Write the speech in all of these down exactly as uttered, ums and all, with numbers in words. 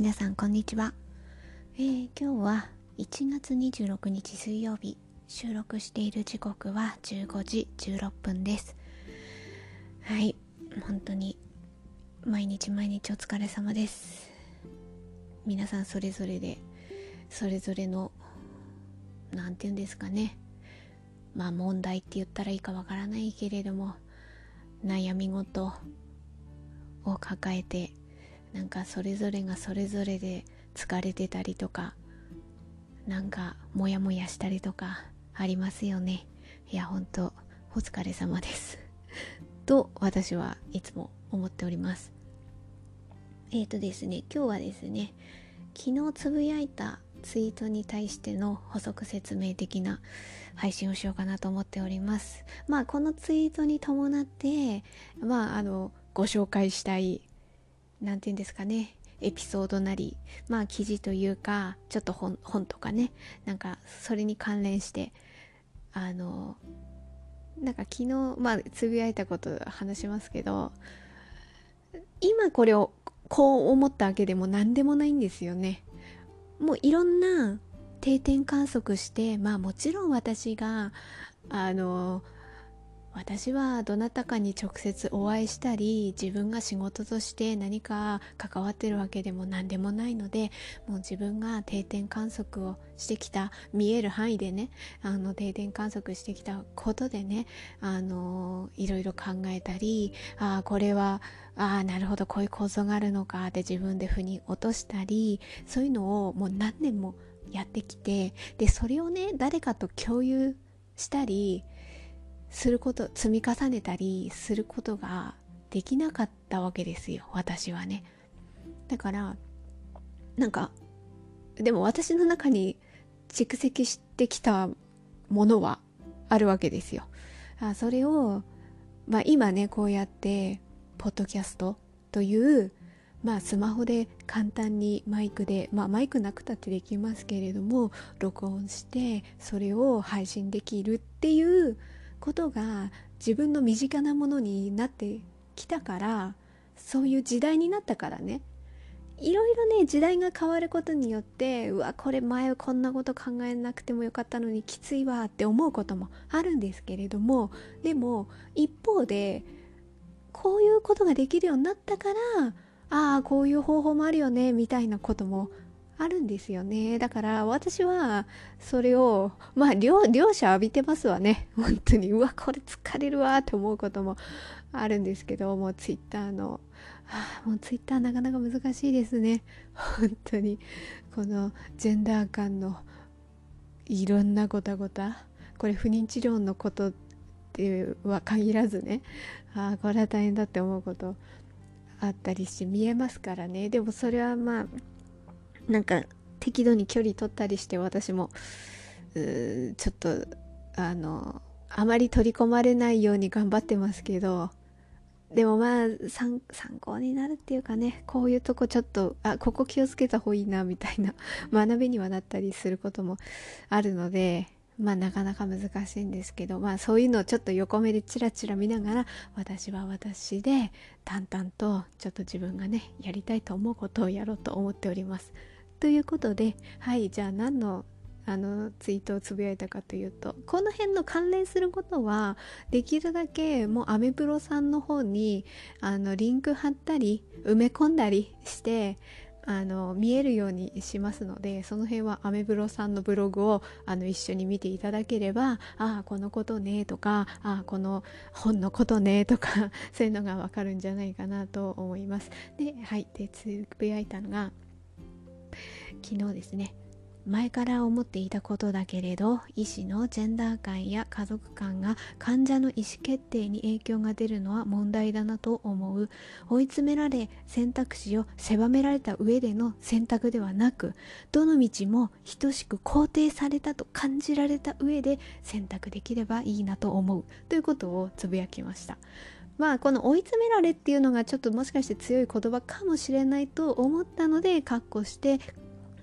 皆さんこんにちは、えー、今日はいちがつにじゅうろくにち水曜日、収録している時刻はじゅうごじじゅうろっぷんです。はい、本当に毎日毎日お疲れ様です。皆さんそれぞれでそれぞれのなんていうんですかね、まあ問題って言ったらいいかわからないけれども、悩み事を抱えて、なんかそれぞれがそれぞれで疲れてたりとか、なんかモヤモヤしたりとかありますよね。いや本当お疲れ様ですと私はいつも思っております。えーとですね今日はですね、昨日つぶやいたツイートに対しての補足説明的な配信をしようかなと思っております。まあこのツイートに伴ってまああのご紹介したい、なんていうんですかね、エピソードなり、まあ記事というかちょっと 本, 本とかね、なんかそれに関連してあのなんか昨日まあつぶやいたこと話しますけど、今これをこう思ったわけでも何でもないんですよね。もういろんな定点観測して、まあもちろん私があの私はどなたかに直接お会いしたり、自分が仕事として何か関わってるわけでも何でもないので、もう自分が定点観測をしてきた、見える範囲でね、あの定点観測してきたことでね、あのいろいろ考えたり、ああこれはああなるほどこういう構造があるのかって自分で腑に落としたり、そういうのをもう何年もやってきて、でそれをね誰かと共有したりすること、積み重ねたりすることができなかったわけですよ、私はね。だからなんかでも私の中に蓄積してきたものはあるわけですよ。あそれを、まあ、今ねこうやってポッドキャストというまあスマホで簡単にマイクで、まあマイクなくたってできますけれども、録音してそれを配信できるっていうことが自分の身近なものになってきたから、そういう時代になったからね、いろいろね時代が変わることによって、うわこれ前はこんなこと考えなくてもよかったのにきついわって思うこともあるんですけれども、でも一方でこういうことができるようになったから、ああこういう方法もあるよねみたいなこともあるんですよね。だから私はそれをまあ 両, 両者浴びてますわね。本当にうわこれ疲れるわって思うこともあるんですけど、もうツイッターのはあもうツイッターなかなか難しいですね。本当にこのジェンダー間のいろんなごたごた、これ不妊治療のことっては限らずね、ああこれは大変だって思うことあったりして見えますからね。でもそれはまあなんか適度に距離取ったりして、私もうーちょっとあのあまり取り込まれないように頑張ってますけど、でもまあ参考になるっていうかね、こういうとこちょっとあここ気をつけた方がいいなみたいな学びにはなったりすることもあるので、まあなかなか難しいんですけど、まあそういうのをちょっと横目でチラチラ見ながら、私は私で淡々とちょっと自分がねやりたいと思うことをやろうと思っております。ということで、はい、じゃあ何のあのツイートをつぶやいたかというと、この辺の関連することはできるだけもうアメブロさんの方にあのリンク貼ったり埋め込んだりしてあの見えるようにしますので、その辺はアメブロさんのブログをあの一緒に見ていただければ、ああこのことねとか、ああこの本のことねとかそういうのがわかるんじゃないかなと思います。で、はい、でつぶやいたのが昨日ですね。前から思っていたことだけれど、医師のジェンダー感や家族感が患者の意思決定に影響が出るのは問題だなと思う。追い詰められ選択肢を狭められた上での選択ではなく、どの道も等しく肯定されたと感じられた上で選択できればいいなと思うということをつぶやきました。まあこの追い詰められっていうのがちょっともしかして強い言葉かもしれないと思ったのでカッコして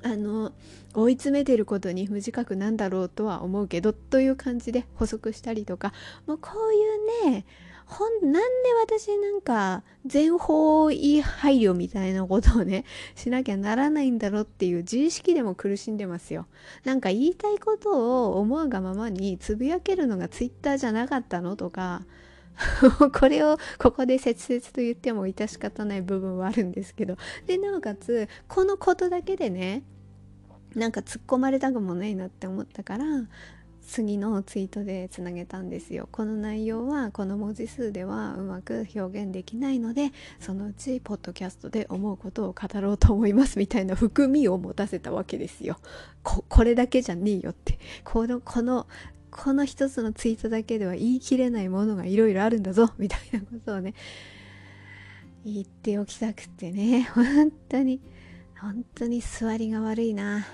あの追い詰めてることに無自覚なんだろうとは思うけどという感じで補足したりとか、もうこういうね、ほんなんで私なんか全方位配慮みたいなことをねしなきゃならないんだろうっていう自意識でも苦しんでますよ。なんか言いたいことを思うがままにつぶやけるのがツイッターじゃなかったのとかこれをここで切々と言っても致し方ない部分はあるんですけど、でなおかつこのことだけでねなんか突っ込まれたくもないなって思ったから次のツイートでつなげたんですよ。この内容はこの文字数ではうまく表現できないので、そのうちポッドキャストで思うことを語ろうと思いますみたいな含みを持たせたわけですよ。 こ, これだけじゃねえよって、このこのこの一つのツイートだけでは言い切れないものがいろいろあるんだぞみたいなことをね言っておきたくてね、本当に本当に座りが悪いな。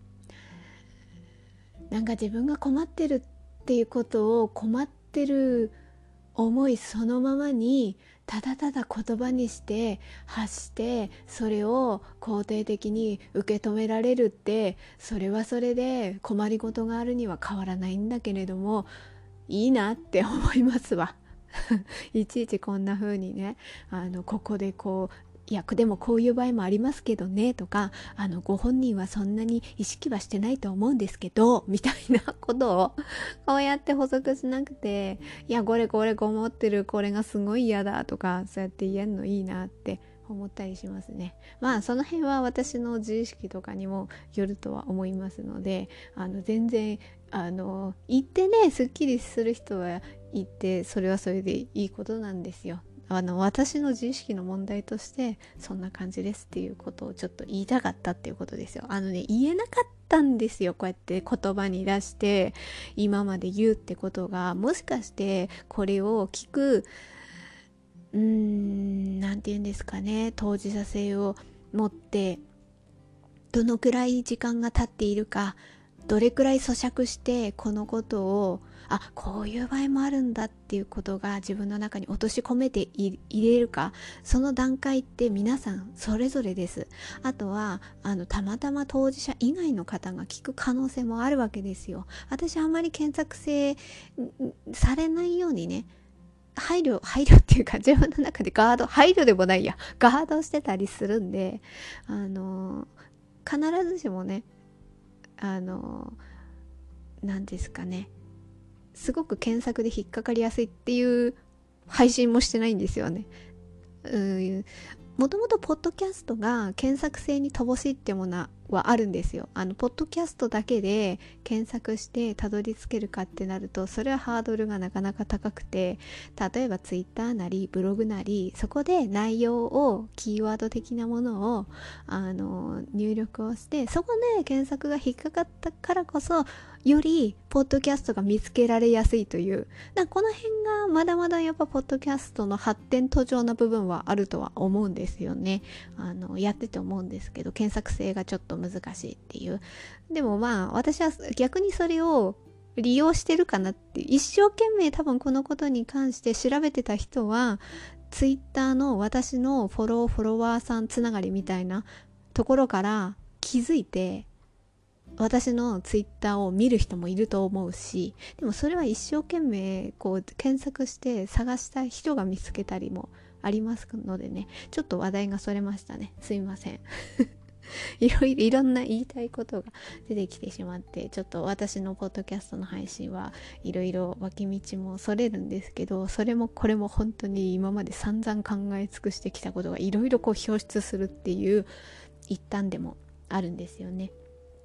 なんか自分が困ってるっていうことを困ってる思いそのままにただただ言葉にして発してそれを肯定的に受け止められるって、それはそれで困りごとがあるには変わらないんだけれどもいいなって思いますわいちいちこんな風にねあのここでこういやでもこういう場合もありますけどねとか、あのご本人はそんなに意識はしてないと思うんですけどみたいなことをこうやって補足しなくて、いやこれこれこう思ってる、これがすごい嫌だとかそうやって言えるのいいなって思ったりしますね。まあその辺は私の自意識とかにもよるとは思いますので、あの全然あの言ってねすっきりする人は言ってそれはそれでいいことなんですよ。あの私の自意識の問題としてそんな感じですっていうことをちょっと言いたかったっていうことですよ。あのね言えなかったんですよ。こうやって言葉に出して今まで言うってことが、もしかしてこれを聞くうーんなんて言うんですかね、当事者性を持ってどのくらい時間が経っているか、どれくらい咀嚼してこのことをあこういう場合もあるんだっていうことが自分の中に落とし込めて入れるか、その段階って皆さんそれぞれです。あとはあのたまたま当事者以外の方が聞く可能性もあるわけですよ。私あんまり検索性されないようにね配慮配慮っていうか自分の中でガード配慮でもないやガードしてたりするんで、あの必ずしもねあの何ですかねすごく検索で引っかかりやすいっていう配信もしてないんですよね。うんもともとポッドキャストが検索性に乏しいってものはあるんですよ。あのポッドキャストだけで検索してたどり着けるかってなるとそれはハードルがなかなか高くて、例えばツイッターなりブログなりそこで内容をキーワード的なものをあの入力をしてそこで検索が引っかかったからこそよりポッドキャストが見つけられやすいという、だこの辺がまだまだやっぱポッドキャストの発展途上な部分はあるとは思うんですよね。あのやってて思うんですけど検索性がちょっと難しいっていう。でもまあ私は逆にそれを利用してるかなって一生懸命多分このことに関して調べてた人はツイッターの私のフォローフォロワーさんつながりみたいなところから気づいて私のツイッターを見る人もいると思うし、でもそれは一生懸命こう検索して探した人が見つけたりもありますのでね、ちょっと話題がそれましたね。すいませんいろいろいろんな言いたいことが出てきてしまって、ちょっと私のポッドキャストの配信はいろいろ脇道もそれるんですけど、それもこれも本当に今まで散々考え尽くしてきたことがいろいろこう表出するっていう一端でもあるんですよね。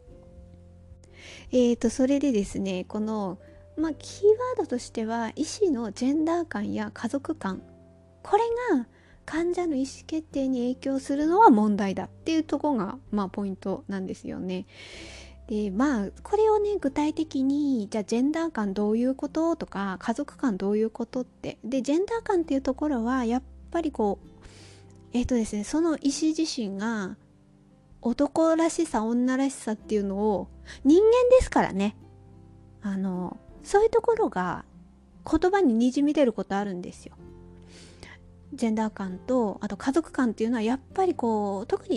えーとそれでですね、このまあキーワードとしては医師のジェンダー感や家族感、これが患者の意思決定に影響するのは問題だっていうところがまあポイントなんですよね。でまあこれをね具体的にじゃあジェンダー感どういうこととか家族感どういうことってでジェンダー感っていうところはやっぱりこうえっ、ー、とですねその医師自身が男らしさ女らしさっていうのを人間ですからね、あのそういうところが言葉ににじみ出ることあるんですよ。ジェンダー感とあと家族感っていうのはやっぱりこう特にね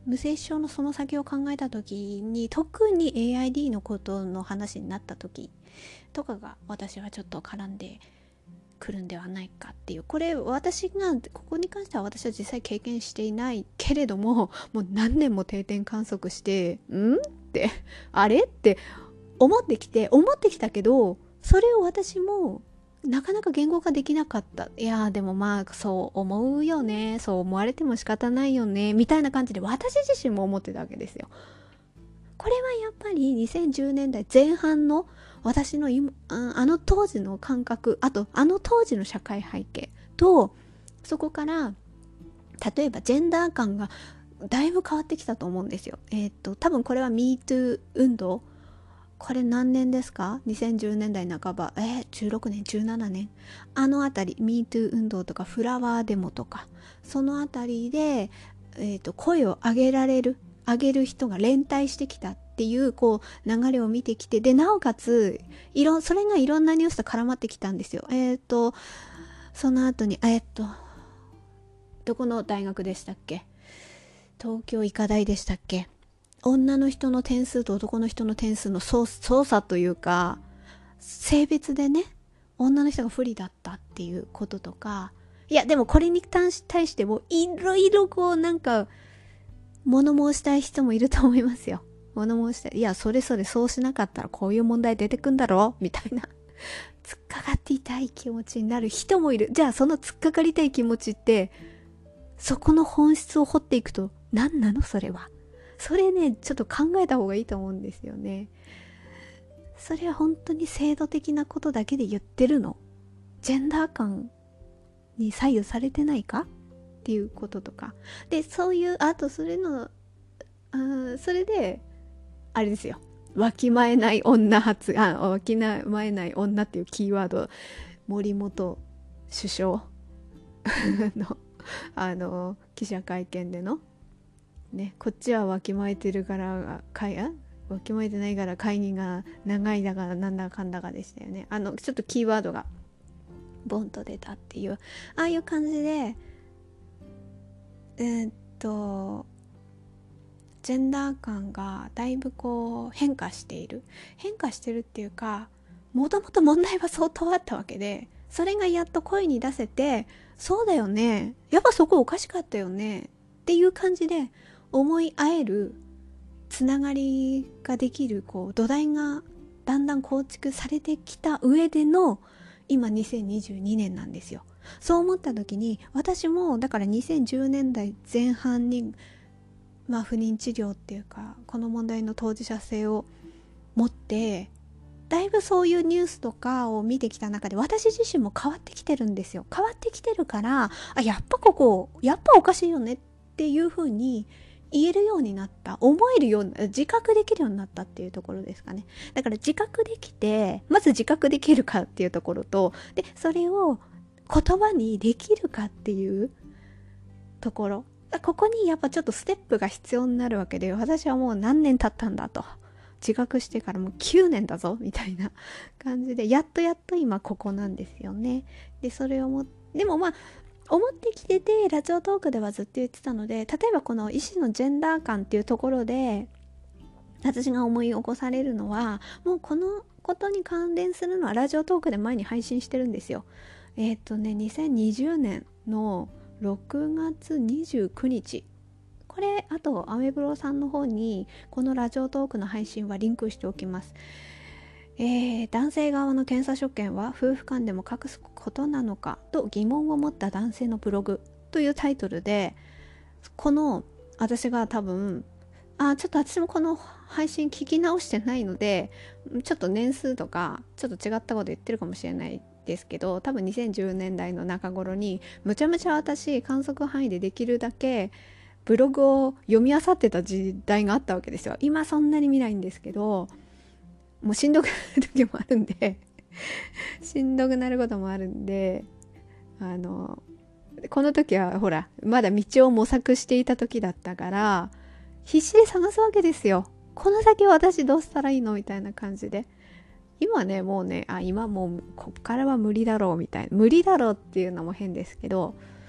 無精子症のその先を考えた時に、特に エーアイディー のことの話になった時とかが私はちょっと絡んでくるんではないかっていう、これ私がここに関しては私は実際経験していないけれども、もう何年も定点観測してんってあれって思ってきて思ってきたけど、それを私もなかなか言語化できなかった。いやでもまあそう思うよね、そう思われても仕方ないよねみたいな感じで私自身も思ってたわけですよ。これはやっぱりにせんじゅうねんだいぜん半の私の今あの当時の感覚、あとあの当時の社会背景と、そこから例えばジェンダー感がだいぶ変わってきたと思うんですよ。えっと多分これは ミートゥー 運動、これ何年ですか？ にせんじゅうねんだいなかば、えー、じゅうろくねんじゅうななねん、あのあたり ミートゥー 運動とかフラワーデモとか、そのあたりで、えーと、声を上げられる上げる人が連帯してきたっていうこう流れを見てきて、でなおかついろそれがいろんなニュースと絡まってきたんですよ。えっとその後にえっとどこの大学でしたっけ？東京医科大でしたっけ？女の人の点数と男の人の点数の操作というか、性別でね女の人が不利だったっていうこととか、いやでもこれに対してもいろいろこうなんか物申したい人もいると思いますよ。物申したい、いやそれそれそうしなかったらこういう問題出てくんだろみたいな突っかかっていたい気持ちになる人もいる。じゃあその突っかかりたい気持ちって、そこの本質を掘っていくと何なのそれは。それねちょっと考えた方がいいと思うんですよね。それは本当に制度的なことだけで言ってるの？ジェンダー感に左右されてないかっていうこととかで、そういうあとそれのあそれであれですよ、わきまえない女発あわきまえない女っていうキーワード、森本首相のあの記者会見でのね、こっちはわきまえてるから会あわきまえてないから会議が長いだからなんだかんだかでしたよね。あのちょっとキーワードがボンと出たっていう、ああいう感じでえー、っとジェンダー感がだいぶこう変化している変化してるっていうか、もともと問題は相当あったわけで、それがやっと声に出せて、そうだよね、やっぱそこおかしかったよねっていう感じで思い合えるつながりができるこう土台がだんだん構築されてきた上での今にせんにじゅうにねんなんですよ。そう思った時に私もだからにせんじゅうねんだいぜん半にまあ不妊治療っていうかこの問題の当事者性を持ってだいぶそういうニュースとかを見てきた中で私自身も変わってきてるんですよ。変わってきてるから、あやっぱここやっぱおかしいよねっていう風に言えるようになった、思えるような、自覚できるようになったっていうところですかね。だから自覚できて、まず自覚できるかっていうところと、でそれを言葉にできるかっていうところ、ここにやっぱちょっとステップが必要になるわけで、私はもう何年経ったんだと、自覚してからもうきゅうねんだぞみたいな感じで、やっとやっと今ここなんですよね。でそれをもでもまあ思ってきてて、ラジオトークではずっと言ってたので、例えばこの医師のジェンダー感っていうところで私が思い起こされるのは、もうこのことに関連するのはラジオトークで前に配信してるんですよ。えっとねにせんにじゅうねんのろくがつにじゅうくにち、これあとアメブロさんの方にこのラジオトークの配信はリンクしておきます。えー、男性側の検査所見は夫婦間でも隠すことなのかと疑問を持った男性のブログというタイトルで、この私が多分あちょっと私もこの配信聞き直してないのでちょっと年数とかちょっと違ったこと言ってるかもしれないですけど、多分にせんじゅうねんだいの中頃にむちゃむちゃ私観測範囲でできるだけブログを読み漁ってた時代があったわけですよ。今そんなに見ないんですけど、もうしんどくなる時もあるんでしんどくなることもあるんで、あのこの時はほらまだ道を模索していた時だったから必死で探すわけですよ。この先私どうしたらいいのみたいな感じで、今ねもうねあ今もうこっからは無理だろうみたいな、無理だろうっていうのも変ですけど、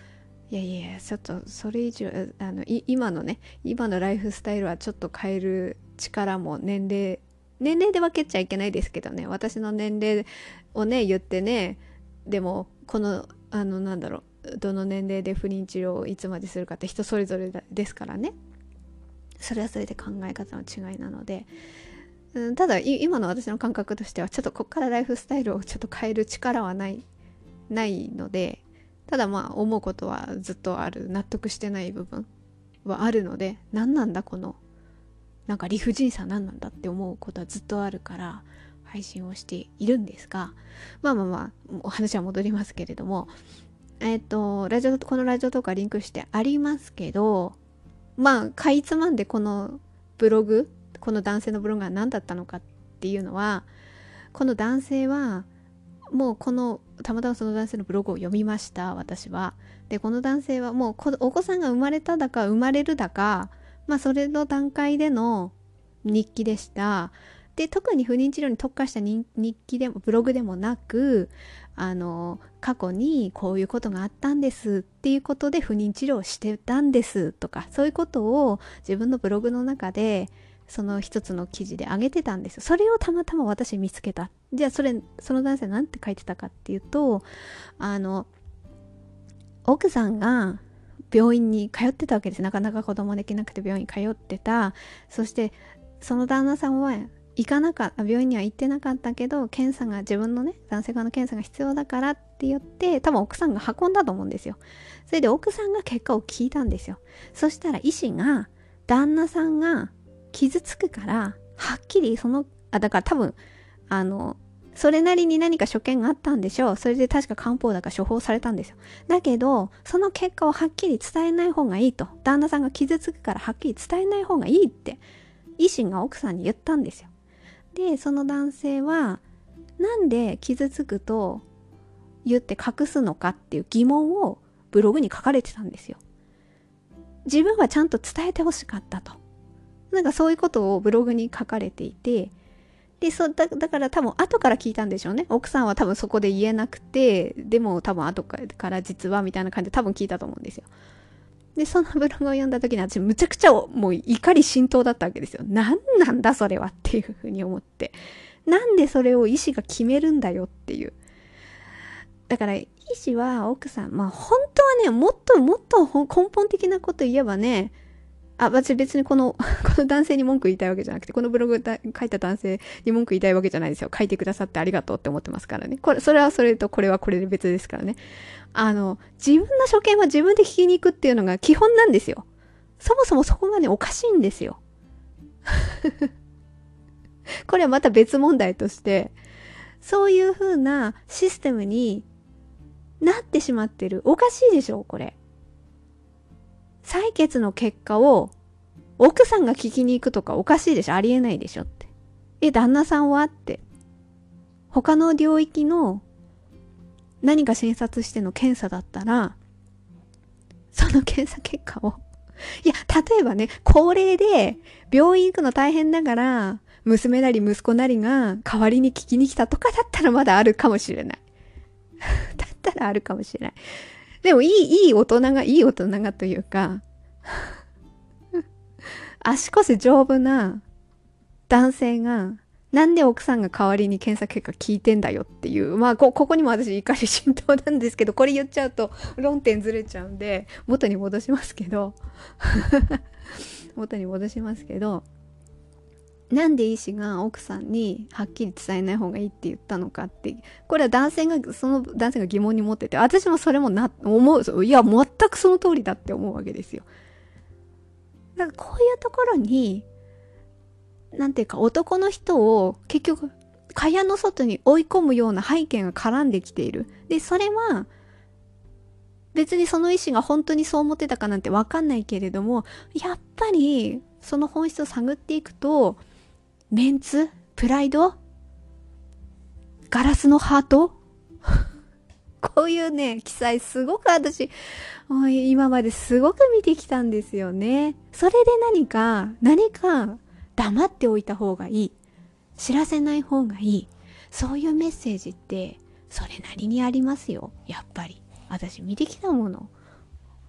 いやいや、ちょっとそれ以上、あのい今のね今のライフスタイルはちょっと変える力も年齢年齢で分けちゃいけないですけどね、私の年齢をね言ってね、でもこのあのなんだろう、どの年齢で不妊治療をいつまでするかって人それぞれですからね、それはそれで考え方の違いなので、うん、ただ今の私の感覚としてはちょっとこっからライフスタイルをちょっと変える力はないないので、ただまあ思うことはずっとある、納得してない部分はあるので、何なんだこのなんか理不尽さ何なんだって思うことはずっとあるから配信をしているんですが、まあまあまあお話は戻りますけれども、えっとラジオこのラジオとかリンクしてありますけど、まあかいつまんでこのブログこの男性のブログが何だったのかっていうのは、この男性はもうこのたまたまその男性のブログを読みました私は。でこの男性はもうお子さんが生まれただか生まれるだか、まあそれの段階での日記でした。で特に不妊治療に特化した日記でもブログでもなく、あの過去にこういうことがあったんですっていうことで不妊治療をしてたんですとか、そういうことを自分のブログの中でその一つの記事で上げてたんですよ。それをたまたま私見つけた。じゃあそれその男性なんて書いてたかっていうと、あの奥さんが病院に通ってたわけです。なかなか子供できなくて病院に通ってた。そしてその旦那さんは行かなかった、病院には行ってなかったけど検査が自分のね男性側の検査が必要だからって言って多分奥さんが運んだと思うんですよ。それで奥さんが結果を聞いたんですよ。そしたら医師が旦那さんが傷つくからはっきりそのあだから多分あのそれなりに何か所見があったんでしょう。それで確か漢方だか処方されたんですよ。だけどその結果をはっきり伝えない方がいいと、旦那さんが傷つくからはっきり伝えない方がいいって医師が奥さんに言ったんですよ。でその男性はなんで傷つくと言って隠すのかっていう疑問をブログに書かれてたんですよ。自分はちゃんと伝えてほしかったと、なんかそういうことをブログに書かれていて、でそ だ, だから多分後から聞いたんでしょうね。奥さんは多分そこで言えなくて、でも多分後から実はみたいな感じで多分聞いたと思うんですよ。でそのブログを読んだ時に私むちゃくちゃもう怒り心頭だったわけですよ。なんなんだそれはっていうふうに思って、なんでそれを医師が決めるんだよっていう。だから医師は奥さん、まあ本当はねもっともっと根本的なこと言えばね、あ、私別にこの、この男性に文句言いたいわけじゃなくて、このブログだ書いた男性に文句言いたいわけじゃないですよ。書いてくださってありがとうって思ってますからね。これ、それはそれとこれはこれで別ですからね。あの、自分の所見は自分で聞きに行くっていうのが基本なんですよ。そもそもそこがね、おかしいんですよ。これはまた別問題として、そういう風なシステムになってしまってる。おかしいでしょ、これ。採血の結果を奥さんが聞きに行くとかおかしいでしょ、ありえないでしょって。え、旦那さんはって。他の領域の何か診察しての検査だったら、その検査結果をいや、例えばね、高齢で病院行くの大変だから、娘なり息子なりが代わりに聞きに来たとかだったらまだあるかもしれない。だったらあるかもしれない。でもいい、いい大人が、いい大人がというか、足腰丈夫な男性が、なんで奥さんが代わりに検査結果聞いてんだよっていう、まあこ、ここにも私怒り心頭なんですけど、これ言っちゃうと論点ずれちゃうんで、元に戻しますけど、元に戻しますけど、なんで医師が奥さんにはっきり伝えない方がいいって言ったのかって、これは男性が、その男性が疑問に持ってて、私もそれもな、思う、いや、全くその通りだって思うわけですよ。だからこういうところに、なんていうか男の人を結局、蚊帳の外に追い込むような背景が絡んできている。で、それは、別にその医師が本当にそう思ってたかなんてわかんないけれども、やっぱり、その本質を探っていくと、メンツ、プライド、ガラスのハートこういうね、記載すごく私、今まですごく見てきたんですよね。それで何か、何か黙っておいた方がいい。知らせない方がいい。そういうメッセージって、それなりにありますよ。やっぱり。私見てきたもの。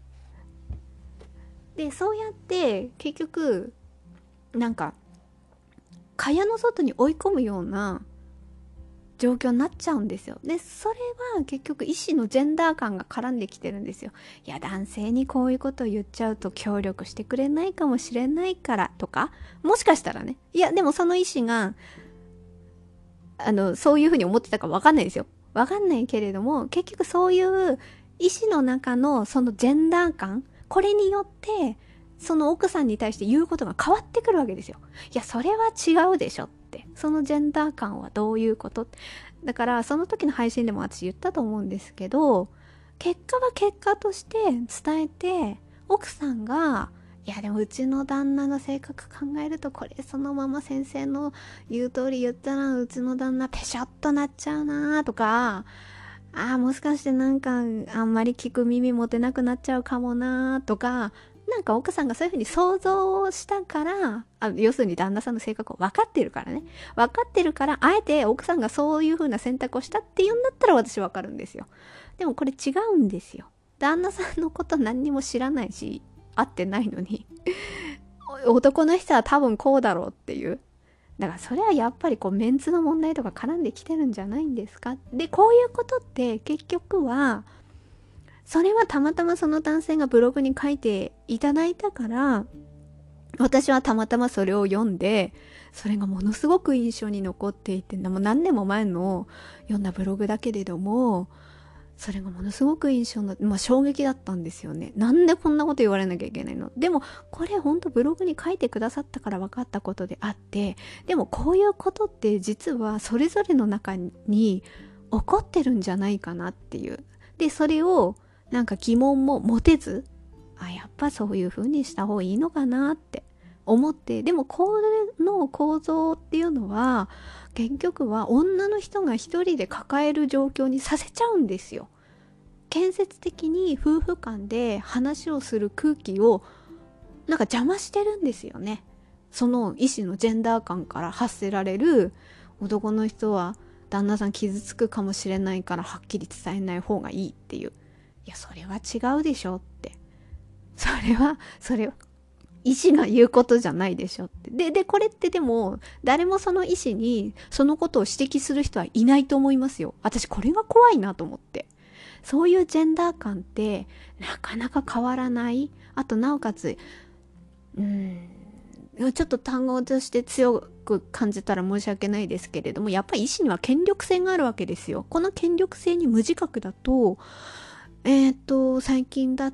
でそうやって結局なんか蚊帳の外に追い込むような状況になっちゃうんですよ。でそれは結局医師のジェンダー感が絡んできてるんですよ。いや男性にこういうことを言っちゃうと協力してくれないかもしれないからとか、もしかしたらね、いやでもその医師があのそういうふうに思ってたかわかんないですよ。わかんないけれども、結局そういう医師の中のそのジェンダー感、これによってその奥さんに対して言うことが変わってくるわけですよ。いやそれは違うでしょって、そのジェンダー感はどういうこと。だからその時の配信でも私言ったと思うんですけど、結果は結果として伝えて、奥さんがいやでもうちの旦那の性格考えるとこれそのまま先生の言う通り言ったらうちの旦那ペシャっとなっちゃうなとか、ああもしかしてなんかあんまり聞く耳持てなくなっちゃうかもなとか、なんか奥さんがそういうふうに想像したから、あ要するに旦那さんの性格を分かってるからね、分かってるからあえて奥さんがそういうふうな選択をしたっていうんだったら私分かるんですよ。でもこれ違うんですよ。旦那さんのこと何にも知らないし会ってないのに男の人は多分こうだろうっていう、だからそれはやっぱりこうメンツの問題とか絡んできてるんじゃないんですか。でこういうことって結局はそれはたまたまその男性がブログに書いていただいたから、私はたまたまそれを読んで、それがものすごく印象に残っていて、もう何年も前の読んだブログだけれども、それがものすごく印象の、まあ衝撃だったんですよね。なんでこんなこと言われなきゃいけないの。でもこれほんとブログに書いてくださったから分かったことであって、でもこういうことって実はそれぞれの中に起こってるんじゃないかなっていう。でそれをなんか疑問も持てず、あやっぱそういう風にした方がいいのかなって思って、でもこれの構造っていうのは結局は女の人が一人で抱える状況にさせちゃうんですよ。建設的に夫婦間で話をする空気をなんか邪魔してるんですよね。その医師のジェンダー感から発せられる、男の人は旦那さん傷つくかもしれないからはっきり伝えない方がいいっていう、いやそれは違うでしょって、それはそれは医師が言うことじゃないでしょって。で、で、これってでも、誰もその医師にそのことを指摘する人はいないと思いますよ。私これが怖いなと思って。そういうジェンダー感ってなかなか変わらない。あとなおかつ、うーん、ちょっと単語として強く感じたら申し訳ないですけれども、やっぱり医師には権力性があるわけですよ。この権力性に無自覚だと、えっと、最近だって、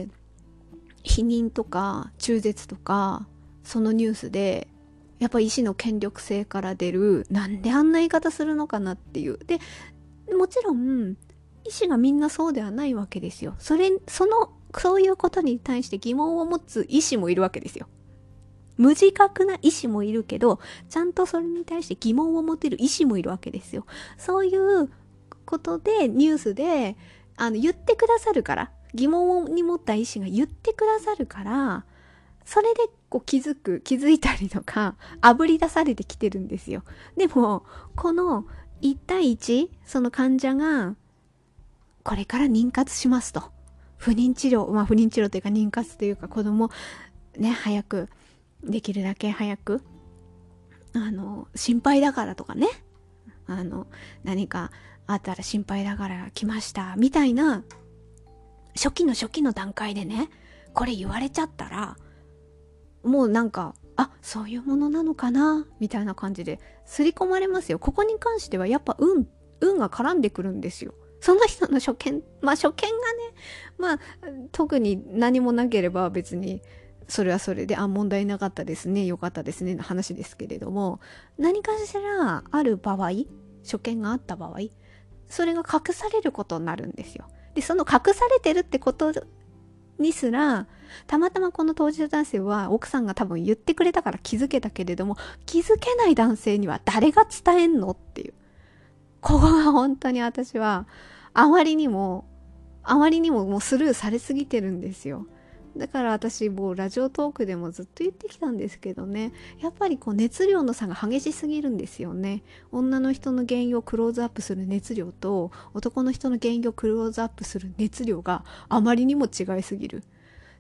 避妊とか中絶とかそのニュースでやっぱ医師の権力性から出る、なんであんな言い方するのかなっていう。でもちろん医師がみんなそうではないわけですよ。それそのそういうことに対して疑問を持つ医師もいるわけですよ。無自覚な医師もいるけど、ちゃんとそれに対して疑問を持てる医師もいるわけですよ。そういうことでニュースであの言ってくださるから、疑問に持った医師が言ってくださるから、それでこう気づく、気づいたりとか、あぶり出されてきてるんですよ。でも、このいち対いち、その患者が、これから妊活しますと。不妊治療、まあ不妊治療というか妊活というか子供、ね、早く、できるだけ早く、あの、心配だからとかね、あの、何かあったら心配だから来ました、みたいな、初期の初期の段階でね、これ言われちゃったら、もうなんか、あ、そういうものなのかなみたいな感じで刷り込まれますよ。ここに関してはやっぱ運、運が絡んでくるんですよ。その人の初見、まあ初見がね、まあ特に何もなければ別にそれはそれで、あ、問題なかったですね、よかったですねの話ですけれども、何かしらある場合、初見があった場合、それが隠されることになるんですよ。で、その隠されてるってことにすら、たまたまこの当事者男性は奥さんが多分言ってくれたから気づけたけれども、気づけない男性には誰が伝えんのっていう。ここが本当に私は、あまりにも、あまりにももうスルーされすぎてるんですよ。だから私もうラジオトークでもずっと言ってきたんですけどね、やっぱりこう熱量の差が激しすぎるんですよね。女の人の原因をクローズアップする熱量と男の人の原因をクローズアップする熱量があまりにも違いすぎる。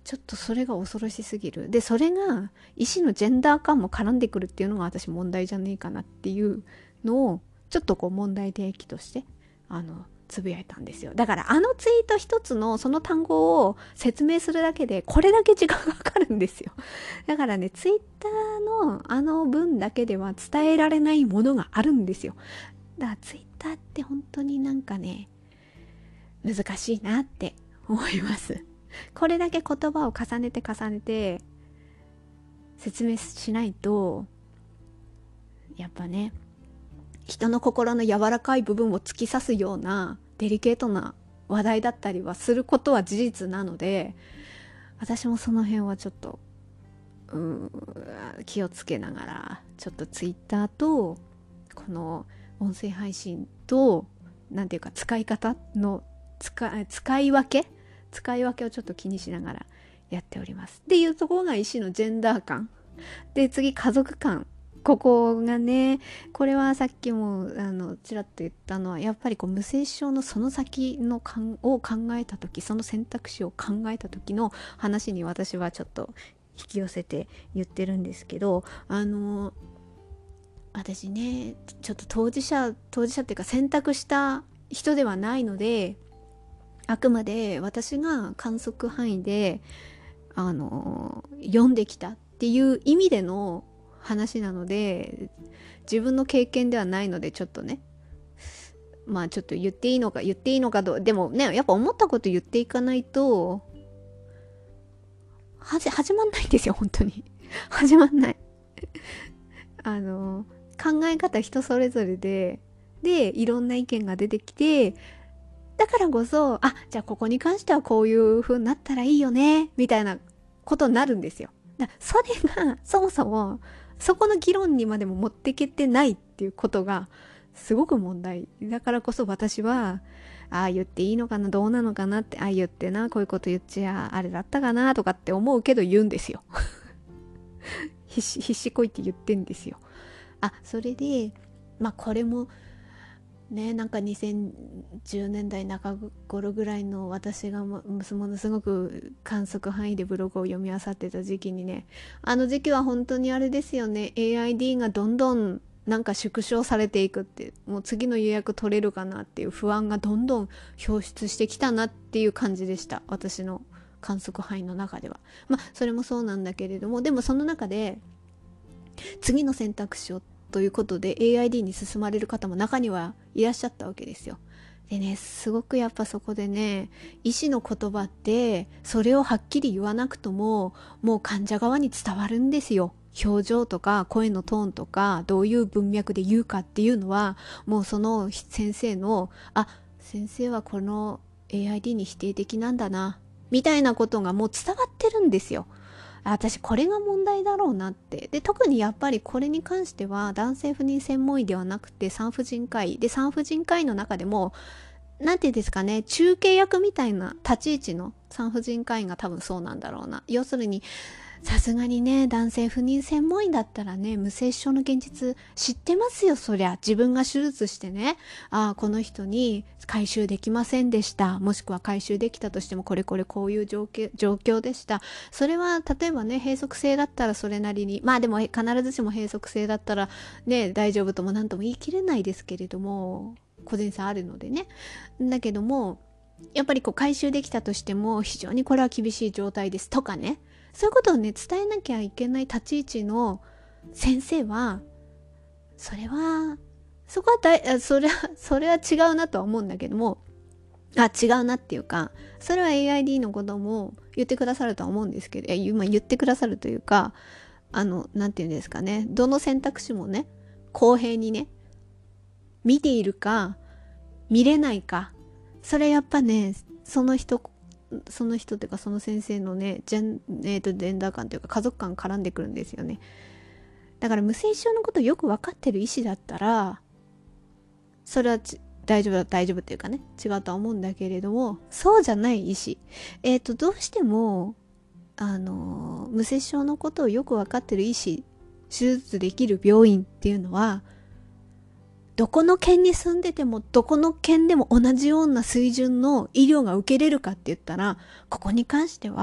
ちょっとそれが恐ろしすぎる。でそれが医師のジェンダー感も絡んでくるっていうのが私問題じゃねえかなっていうのをちょっとこう問題提起としてあのつぶやいたんですよ。だからあのツイート一つのその単語を説明するだけでこれだけ時間がかかるんですよ。だからね、ツイッターのあの文だけでは伝えられないものがあるんですよ。だからツイッターって本当になんかね、難しいなって思います。これだけ言葉を重ねて重ねて説明しないと、やっぱね、人の心の柔らかい部分を突き刺すようなデリケートな話題だったりはすることは事実なので、私もその辺はちょっとうーん気をつけながら、ちょっとツイッターとこの音声配信となんていうか使い方の使, 使い分け使い分けをちょっと気にしながらやっておりますっていうところが医師のジェンダー感で、次家族感、ここがね、これはさっきもあのちらっと言ったのは、やっぱりこう無精子症のその先のかんを考えた時、その選択肢を考えた時の話に私はちょっと引き寄せて言ってるんですけど、あの私ね、ちょっと当事者当事者っていうか選択した人ではないので、あくまで私が観測範囲であの読んできたっていう意味での話なので、自分の経験ではないので、ちょっとね、まあちょっと言っていいのか言っていいのかどう、でもね、やっぱ思ったこと言っていかないとはじ始まんないんですよ、本当に始まんないあの考え方人それぞれででいろんな意見が出てきて、だからこそ、あ、じゃあここに関してはこういう風になったらいいよねみたいなことになるんですよ。だそれがそもそもそこの議論にまでも持ってけてないっていうことがすごく問題だからこそ、私はああ言っていいのかな、どうなのかなって、ああ言ってな、こういうこと言っちゃあれだったかなとかって思うけど言うんですよ必死必死こいって言ってんですよ。あ、それでまあこれもね、なんかにせんじゅうねんだい中頃ぐらいの私がもものすごく観測範囲でブログを読み漁ってた時期にね、あの時期は本当にあれですよね、 エーアイディー がどんどんなんか縮小されていくって、もう次の予約取れるかなっていう不安がどんどん表出してきたなっていう感じでした、私の観測範囲の中では。まあそれもそうなんだけれども、でもその中で次の選択肢をということで エーアイディー に進まれる方も中にはいらっしゃったわけですよ。でね、すごくやっぱそこでね、医師の言葉ってそれをはっきり言わなくとももう患者側に伝わるんですよ。表情とか声のトーンとかどういう文脈で言うかっていうのは、もうその先生の、あ、先生はこの エーアイディー に否定的なんだなみたいなことがもう伝わってるんですよ。私これが問題だろうなって。で、特にやっぱりこれに関しては男性不妊専門医ではなくて産婦人科医で、産婦人科医の中でもなんていうんですかね、中継役みたいな立ち位置の産婦人科医が多分そうなんだろうな。要するにさすがにね、男性不妊専門医だったらね、無精子症の現実知ってますよ、そりゃ。自分が手術してね、ああ、この人に回収できませんでした。もしくは回収できたとしても、これこれこういう状況、状況でした。それは、例えばね、閉塞性だったらそれなりに、まあでも必ずしも閉塞性だったらね、大丈夫とも何とも言い切れないですけれども、個人差あるのでね。だけども、やっぱりこう回収できたとしても、非常にこれは厳しい状態ですとかね。そういうことをね、伝えなきゃいけない立ち位置の先生は、それは、そこはだい、それは、それは違うなとは思うんだけども、あ、違うなっていうか、それは エーアイディー のことも言ってくださるとは思うんですけど、今言ってくださるというか、あの、なんていうんですかね、どの選択肢もね、公平にね、見ているか、見れないか、それやっぱね、その人、その人というかその先生のね、ジェン、えーと、ジェンダー感というか家族感絡んでくるんですよね。だから無精子症のことをよく分かってる医師だったら、それは大丈夫だ、大丈夫っていうかね、違うとは思うんだけれども、そうじゃない医師。えっと、どうしても、あの、無精子症のことをよく分かってる医師、手術できる病院っていうのは、どこの県に住んでてもどこの県でも同じような水準の医療が受けれるかって言ったら、ここに関しては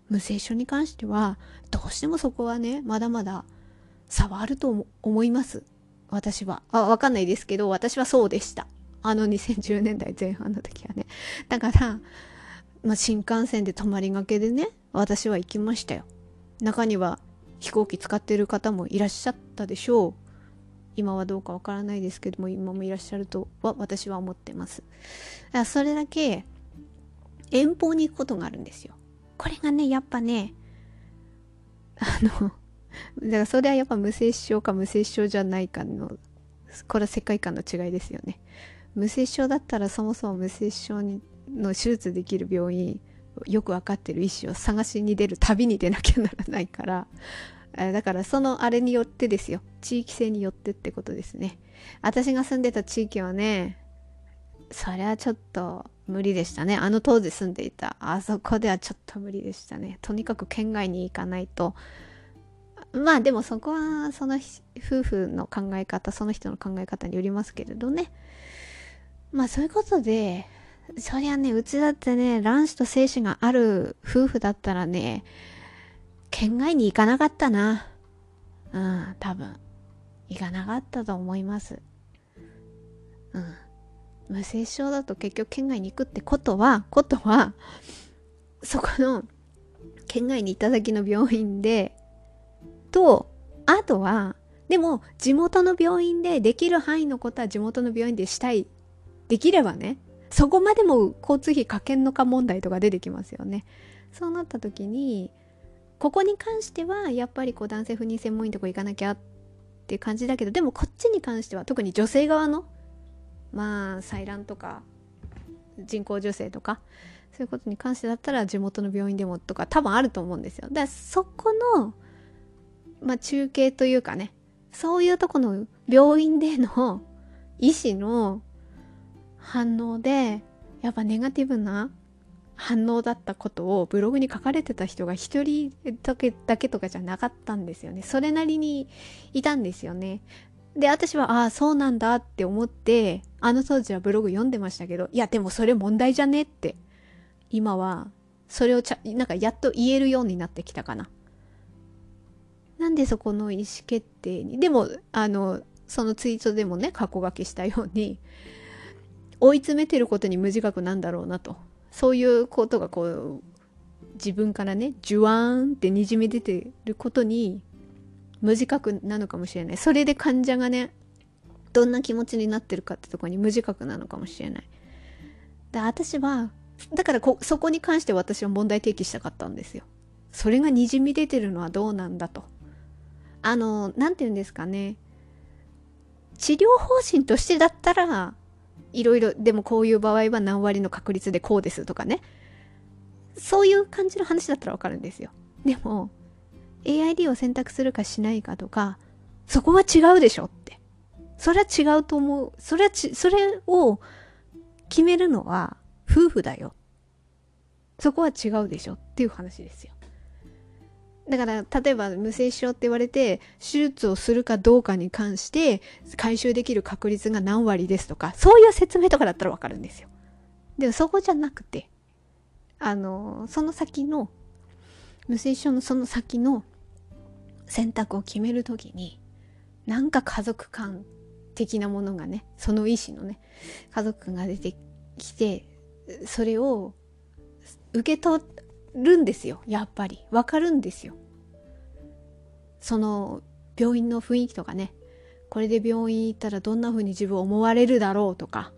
無精子症に関してはどうしてもそこはねまだまだ差はあると思います。私はあわかんないですけど、私はそうでした。あのにせんじゅうねんだいぜん半の時はね。だから、まあ、新幹線で泊まりがけでね私は行きましたよ。中には飛行機使っている方もいらっしゃったでしょう。今はどうかわからないですけども、今もいらっしゃるとは私は思ってます。だからそれだけ遠方に行くことがあるんですよ。これがねやっぱねあのだからそれはやっぱ無精子症か無精子症じゃないかの、これは世界観の違いですよね。無精子症だったらそもそも無精子症にの手術できる病院、よく分かってる医師を探しに出る旅に出なきゃならないから、だからそのあれによってですよ、地域性によってってことですね。私が住んでた地域はね、それはちょっと無理でしたね。あの当時住んでいたあそこではちょっと無理でしたね。とにかく県外に行かないと。まあでもそこはその夫婦の考え方、その人の考え方によりますけれどね。まあそういうことで、そりゃね、うちだってね、卵子と精子がある夫婦だったらね、県外に行かなかったな。うん、多分。行かなかったと思います。うん。無精子症だと結局県外に行くってことは、ことは、そこの県外に行った先の病院で、と、あとは、でも地元の病院でできる範囲のことは地元の病院でしたい。できればね、そこまでも交通費かけんのか問題とか出てきますよね。そうなった時に、ここに関してはやっぱりこう男性不妊専門医のとこ行かなきゃっていう感じだけど、でもこっちに関しては特に女性側のまあ採卵とか人工授精とかそういうことに関してだったら地元の病院でもとか多分あると思うんですよ。だからそこのまあ中継というかね、そういうとこの病院での医師の反応でやっぱネガティブな反応だったことをブログに書かれてた人が一人だけだけとかじゃなかったんですよね。それなりにいたんですよね。で、私はああそうなんだって思ってあの当時はブログ読んでましたけど、いやでもそれ問題じゃねって今はそれをちゃなんかやっと言えるようになってきたかな。なんでそこの意思決定に、でもあのそのツイートでもね過去書きしたように追い詰めてることに無自覚なんだろうなと、そういうことがこう自分からねジュワーンってにじみ出てることに無自覚なのかもしれない。それで患者がねどんな気持ちになってるかってところに無自覚なのかもしれない。だ私はだからこそこに関して私は問題提起したかったんですよ。それがにじみ出てるのはどうなんだと。あのなんて言うんですかね、治療方針としてだったらいろいろ、でもこういう場合は何割の確率でこうですとかね、そういう感じの話だったらわかるんですよ。でも エーアイディー を選択するかしないかとか、そこは違うでしょって、それは違うと思う、それはちそれを決めるのは夫婦だよ、そこは違うでしょっていう話ですよ。だから例えば無精子症って言われて手術をするかどうかに関して回収できる確率が何割ですとか、そういう説明とかだったらわかるんですよ。でもそこじゃなくて、あのその先の無精子症のその先の選択を決めるときになんか家族観的なものがね、その医師のね家族が出てきてそれを受け取るんですよ。やっぱりわかるんですよ。その病院の雰囲気とかね、これで病院行ったらどんな風に自分を思われるだろうとか、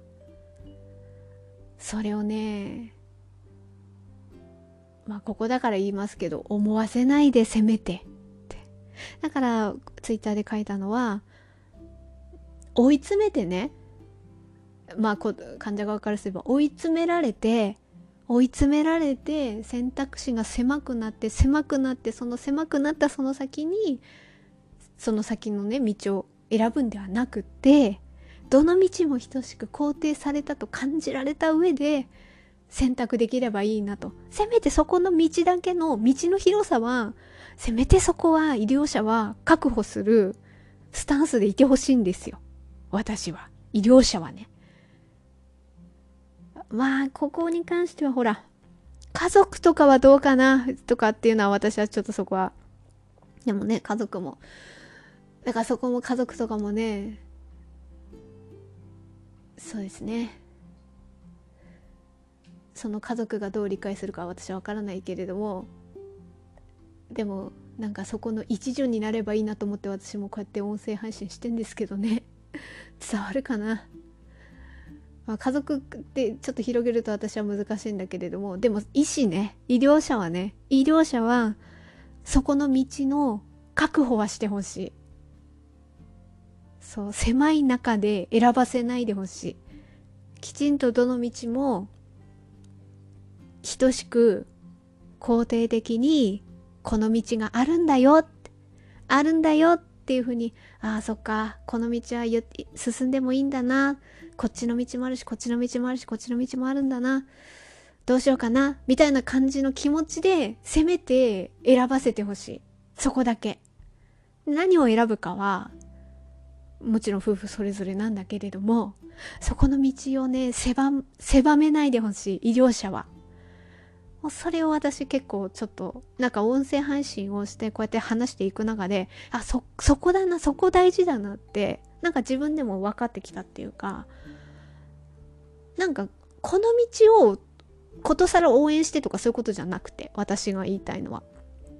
それをね、まあここだから言いますけど、思わせないでせめてって。だからツイッターで書いたのは、追い詰めてね、まあ患者側からすれば追い詰められて追い詰められて選択肢が狭くなって狭くなって、その狭くなったその先にその先のね道を選ぶんではなくて、どの道も等しく肯定されたと感じられた上で選択できればいいなと。せめてそこの道だけの道の広さはせめてそこは医療者は確保するスタンスでいてほしいんですよ。私は医療者はね、まあここに関してはほら家族とかはどうかなとかっていうのは私はちょっとそこは。でもね、家族も。だからそこも家族とかもね、そうですね。その家族がどう理解するかは私は分からないけれども、でもなんかそこの一助になればいいなと思って私もこうやって音声配信してんですけどね。伝わるかな。まあ、家族ってちょっと広げると私は難しいんだけれども、でも医師ね、医療者はね、医療者はそこの道の確保はしてほしい。そう、狭い中で選ばせないでほしい。きちんとどの道も等しく肯定的にこの道があるんだよ、あるんだよっていうふうに、ああそっか、この道は進んでもいいんだな、こっちの道もあるし、こっちの道もあるし、こっちの道もあるんだな、どうしようかなみたいな感じの気持ちでせめて選ばせてほしい。そこだけ。何を選ぶかはもちろん夫婦それぞれなんだけれども、そこの道をね狭狭めないでほしい、医療者は。もうそれを私結構ちょっとなんか音声配信をしてこうやって話していく中で、あ、そそこだな、そこ大事だなってなんか自分でも分かってきたっていうか、なんかこの道をことさら応援してとかそういうことじゃなくて、私が言いたいのは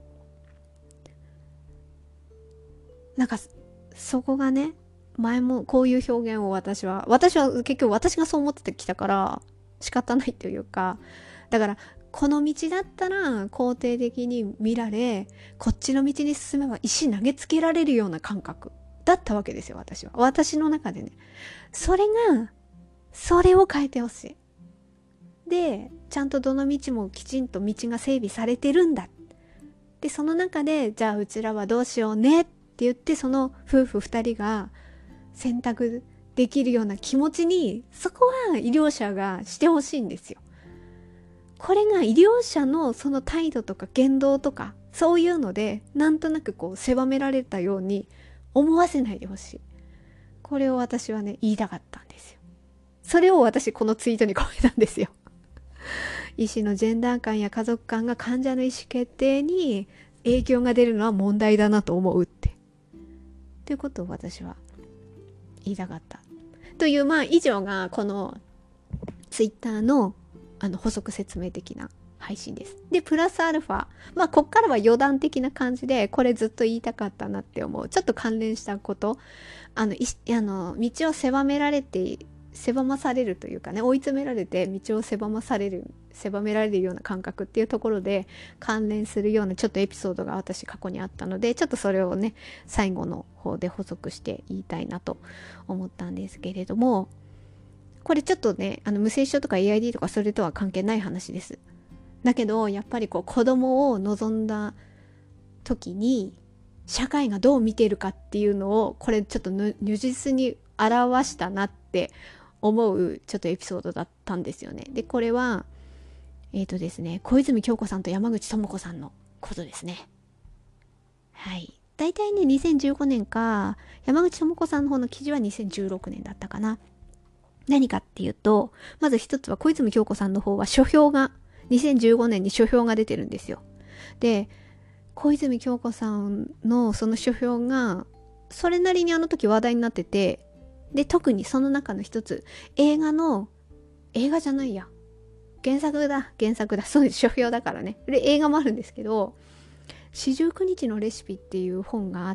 なんかそこがね、前もこういう表現を私は私は結局私がそう思ってきたから仕方ないというか、だからこの道だったら肯定的に見られ、こっちの道に進めば石投げつけられるような感覚だったわけですよ、私は。私の中でね。それが、それを変えてほしい。で、ちゃんとどの道もきちんと道が整備されてるんだ。で、その中で、じゃあうちらはどうしようねって言って、その夫婦二人が選択できるような気持ちに、そこは医療者がしてほしいんですよ。これが医療者のその態度とか言動とかそういうのでなんとなくこう狭められたように思わせないでほしい。これを私はね言いたかったんですよ。それを私このツイートに込めたんですよ。医師のジェンダー感や家族感が患者の意思決定に影響が出るのは問題だなと思うってということを私は言いたかったという、まあ以上がこのツイッターのあの補足説明的な配信です。で、プラスアルファ。まあ、こっからは余談的な感じで、これずっと言いたかったなって思う。ちょっと関連したこと。あの、いあの道を狭められて、狭まされるというかね、追い詰められて道を狭まされる、狭められるような感覚っていうところで関連するようなちょっとエピソードが私過去にあったので、ちょっとそれをね、最後の方で補足して言いたいなと思ったんですけれども、これちょっとね、あの無精子症とか エーアイディー とかそれとは関係ない話です。だけどやっぱりこう子供を望んだ時に社会がどう見ているかっていうのをこれちょっと如実に表したなって思うちょっとエピソードだったんですよね。でこれはえっとですね小泉京子さんと山口智子さんのことですね。はい。だいたいねにせんじゅうごねんか、山口智子さんの方の記事はにせんじゅうろくねんだったかな。何かっていうと、まず一つは小泉京子さんの方は書評が、にせんじゅうごねんに書評が出てるんですよ。で、小泉京子さんのその書評が、それなりにあの時話題になってて、で、特にその中の一つ、映画の、映画じゃないや。原作だ、原作だ。そうです、書評だからね。で、映画もあるんですけど、四十九日のレシピっていう本があって、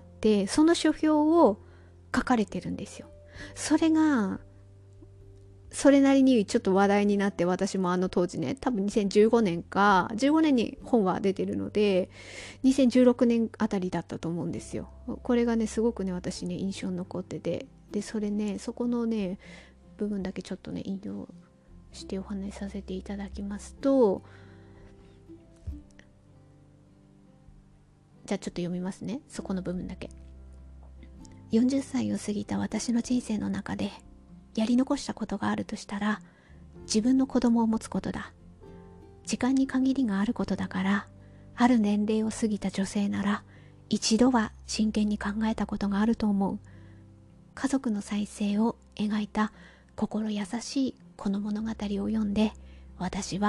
その書評を書かれてるんですよ。それが、それなりにちょっと話題になって、私もあの当時ね、多分にせんじゅうごねんか、じゅうごねんに本は出てるので、にせんじゅうろくねんあたりだったと思うんですよ。これがね、すごくね、私ね、印象に残ってて、で、それね、そこのね、部分だけちょっとね、引用してお話しさせていただきますと、じゃあちょっと読みますね、そこの部分だけ。よんじゅっさいを過ぎた私の人生の中で、やり残したことがあるとしたら、自分の子供を持つことだ。時間に限りがあることだから、ある年齢を過ぎた女性なら、一度は真剣に考えたことがあると思う。家族の再生を描いた心優しいこの物語を読んで、私は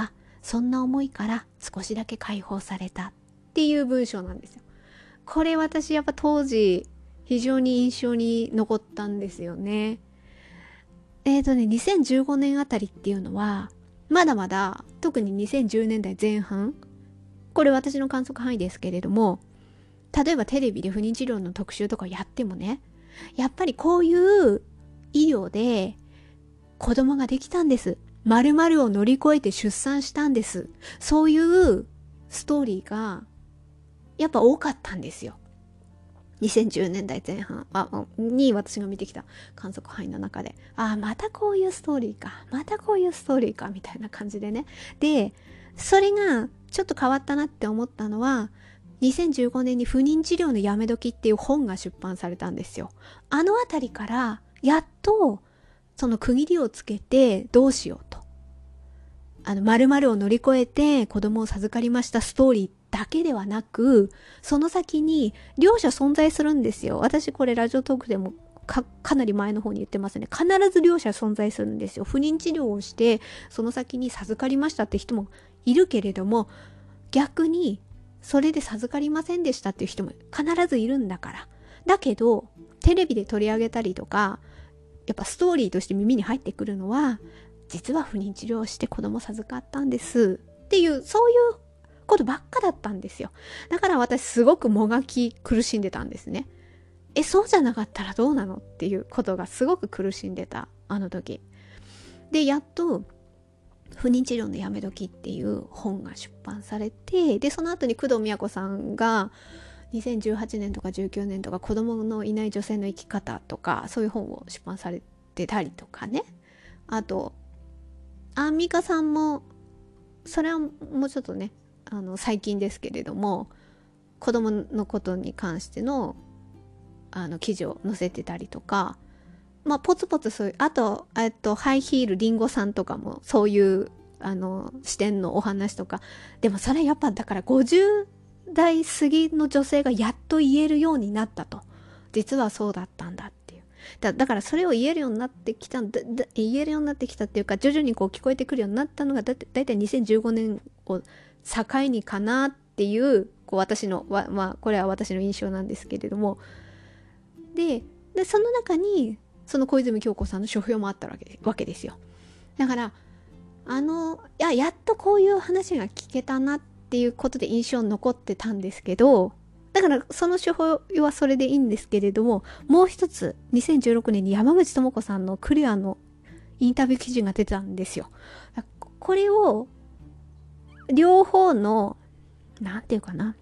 そんな思いから少しだけ解放されたっていう文章なんですよ。これ私やっぱ当時非常に印象に残ったんですよね。えーとね、にせんじゅうごねんあたりっていうのは、まだまだ、特ににせんじゅうねんだいぜん半、これ私の観測範囲ですけれども、例えばテレビで不妊治療の特集とかやってもね、やっぱりこういう医療で子供ができたんです。〇〇を乗り越えて出産したんです。そういうストーリーがやっぱ多かったんですよ。にせんじゅうねんだいぜん半あに私が見てきた観測範囲の中で、ああまたこういうストーリーか、またこういうストーリーかみたいな感じでね。でそれがちょっと変わったなって思ったのは、にせんじゅうごねんに不妊治療のやめ時っていう本が出版されたんですよ。あのあたりからやっとその区切りをつけて、どうしようと、あの〇〇を乗り越えて子供を授かりましたストーリーだけではなく、その先に両者存在するんですよ。私これラジオトークでも か, かなり前の方に言ってますね。必ず両者存在するんですよ。不妊治療をしてその先に授かりましたって人もいるけれども、逆にそれで授かりませんでしたっていう人も必ずいるんだから。だけどテレビで取り上げたりとか、やっぱストーリーとして耳に入ってくるのは、実は不妊治療をして子供授かったんですっていう、そういうことばっかだったんですよ。だから私すごくもがき苦しんでたんですね。え、そうじゃなかったらどうなのっていうことがすごく苦しんでた、あの時。で、やっと不妊治療のやめ時っていう本が出版されて、で、その後に工藤美和子さんがにせんじゅうはちねんとかじゅうきゅうねんとか子供のいない女性の生き方とか、そういう本を出版されてたりとかね。あと、アンミカさんも、それはもうちょっとね、あの最近ですけれども、子供のことに関してのあの記事を載せてたりとか、まあポツポツそういう、あと、えっと、ハイヒールりんごさんとかもそういうあの視点のお話とか。でもそれやっぱだからごじゅうだい過ぎの女性がやっと言えるようになったと。実はそうだったんだっていう。だ, だからそれを言えるようになってきただだ言えるようになってきたっていうか、徐々にこう聞こえてくるようになったのがだだいたいにせんじゅうごねんを境にかなっていう、こう私のわまあこれは私の印象なんですけれども、ででその中にその小泉京子さんの書評もあったわけでわけですよ。だからあのいややっとこういう話が聞けたなっていうことで印象に残ってたんですけど、だからその書評はそれでいいんですけれども、もう一つにせんじゅうろくねんに山口智子さんのクレアのインタビュー記事が出たんですよ。これを両方のなんていうかな、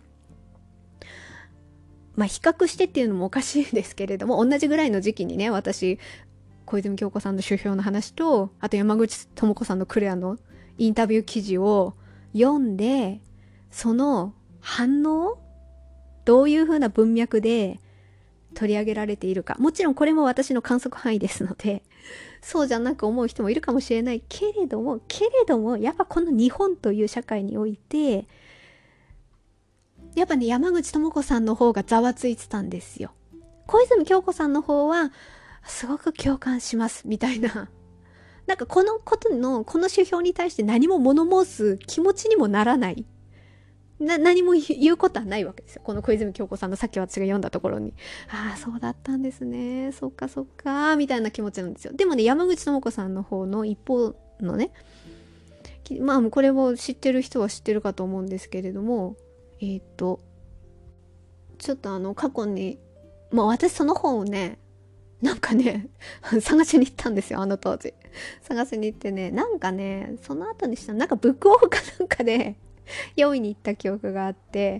まあ比較してっていうのもおかしいですけれども、同じぐらいの時期にね、私小泉京子さんの書評の話と、あと山口智子さんのクレアのインタビュー記事を読んで、その反応、どういう風な文脈で取り上げられているか、もちろんこれも私の観測範囲ですので、そうじゃなく思う人もいるかもしれないけれども、けれどもやっぱこの日本という社会において、やっぱね、山口智子さんの方がざわついてたんですよ。小泉京子さんの方はすごく共感しますみたいな、なんかこのことのこの指標に対して何も物申す気持ちにもならない、な何も言うことはないわけですよ。この小泉京子さんのさっき私が読んだところに、ああそうだったんですね、そっかそっかみたいな気持ちなんですよ。でもね、山口智子さんの方の一方のね、まあこれを知ってる人は知ってるかと思うんですけれども、えっとちょっとあの過去に、まあ私その本をね、なんかね探しに行ったんですよ、あの当時探しに行ってね、なんかねその後にしたなんかブックオフかなんかで読みに行った記憶があって、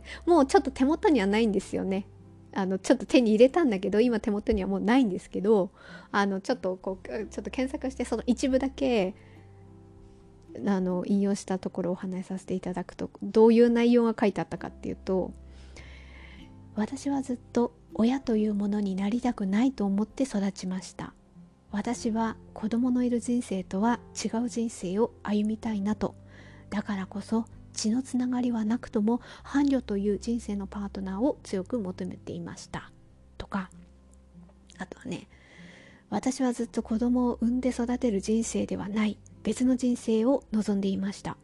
もうちょっと手元にはないんですよね。あのちょっと手に入れたんだけど今手元にはもうないんですけど、あのちょっとこうちょっと検索してその一部だけあの引用したところをお話しさせていただくと、どういう内容が書いてあったかっていうと、私はずっと親というものになりたくないと思って育ちました。私は子供のいる人生とは違う人生を歩みたいなと。だからこそ血のつながりはなくとも伴侶という人生のパートナーを強く求めていましたとか、あとはね、私はずっと子供を産んで育てる人生ではない別の人生を望んでいました。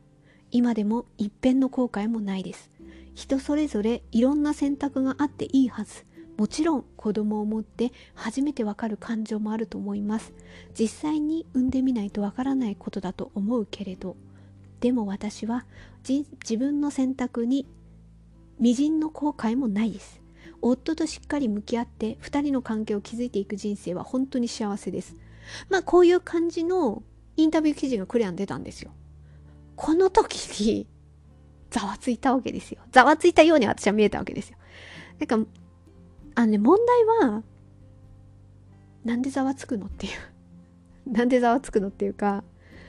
今でも一片の後悔もないです。人それぞれいろんな選択があっていいはず。もちろん子供を持って初めてわかる感情もあると思います。実際に産んでみないとわからないことだと思うけれど、でも私は自分の選択に微塵の後悔もないです。夫としっかり向き合って二人の関係を築いていく人生は本当に幸せです。まあこういう感じのインタビュー記事がクレアン出たんですよ。この時にざわついたわけですよ。ざわついたように私は見えたわけですよ。なんかあのね、問題はなんでざわつくのっていうなんでざわつくのっていうか、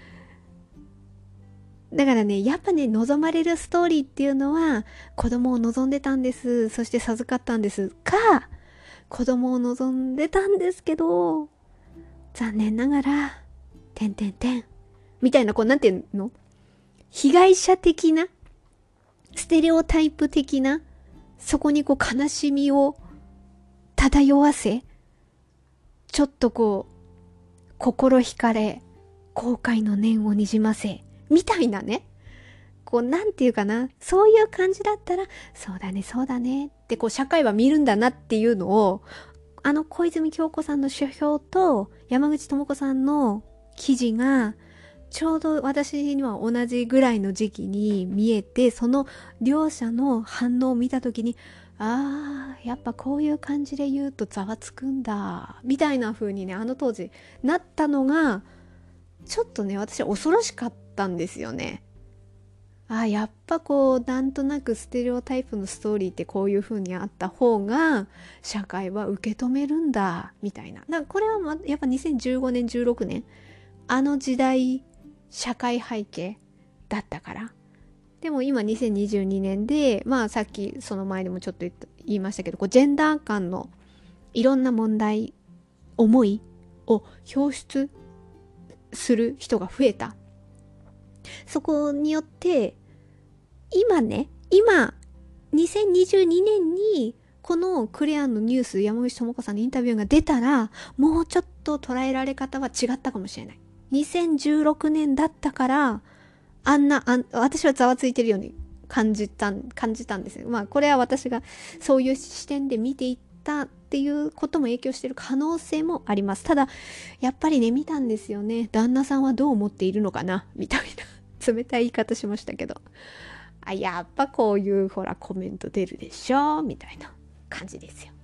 だからね、やっぱね、望まれるストーリーっていうのは、子供を望んでたんです。そして授かったんです。か、子供を望んでたんですけど、残念ながら、てんてんてん。みたいな、こう、なんていうの？被害者的な、ステレオタイプ的な、そこにこう、悲しみを漂わせ、ちょっとこう、心惹かれ、後悔の念をにじませ、みたいなね。こう、なんていうかな。そういう感じだったら、そうだね、そうだね。ってこう、社会は見るんだなっていうのを、あの小泉京子さんの書評と山口智子さんの記事が、ちょうど私には同じぐらいの時期に見えて、その両者の反応を見たときに、あー、やっぱこういう感じで言うとざわつくんだ、みたいな風にね、あの当時なったのが、ちょっとね、私恐ろしかったんですよね。あ、やっぱこうなんとなくステレオタイプのストーリーってこういう風にあった方が社会は受け止めるんだみたいな。だからこれは、ま、やっぱにせんじゅうごねんじゅうろくねんあの時代社会背景だったから。でも今にせんにじゅうにねんで、まあさっきその前でもちょっと言いましたけど、こうジェンダー間のいろんな問題、思いを表出する人が増えた。そこによって今ね、今にせんにじゅうにねんにこのクレアンのニュース、山口智子さんのインタビューが出たら、もうちょっと捉えられ方は違ったかもしれない。にせんじゅうろくねんだったから、あんな、あん私はざわついてるように感じた、感じたんですよ。まあこれは私がそういう視点で見ていったっていうことも影響している可能性もあります。ただ、やっぱりね、見たんですよね。旦那さんはどう思っているのかなみたいな。冷たい言い方しましたけど。あ、やっぱこういうほらコメント出るでしょみたいな感じですよ。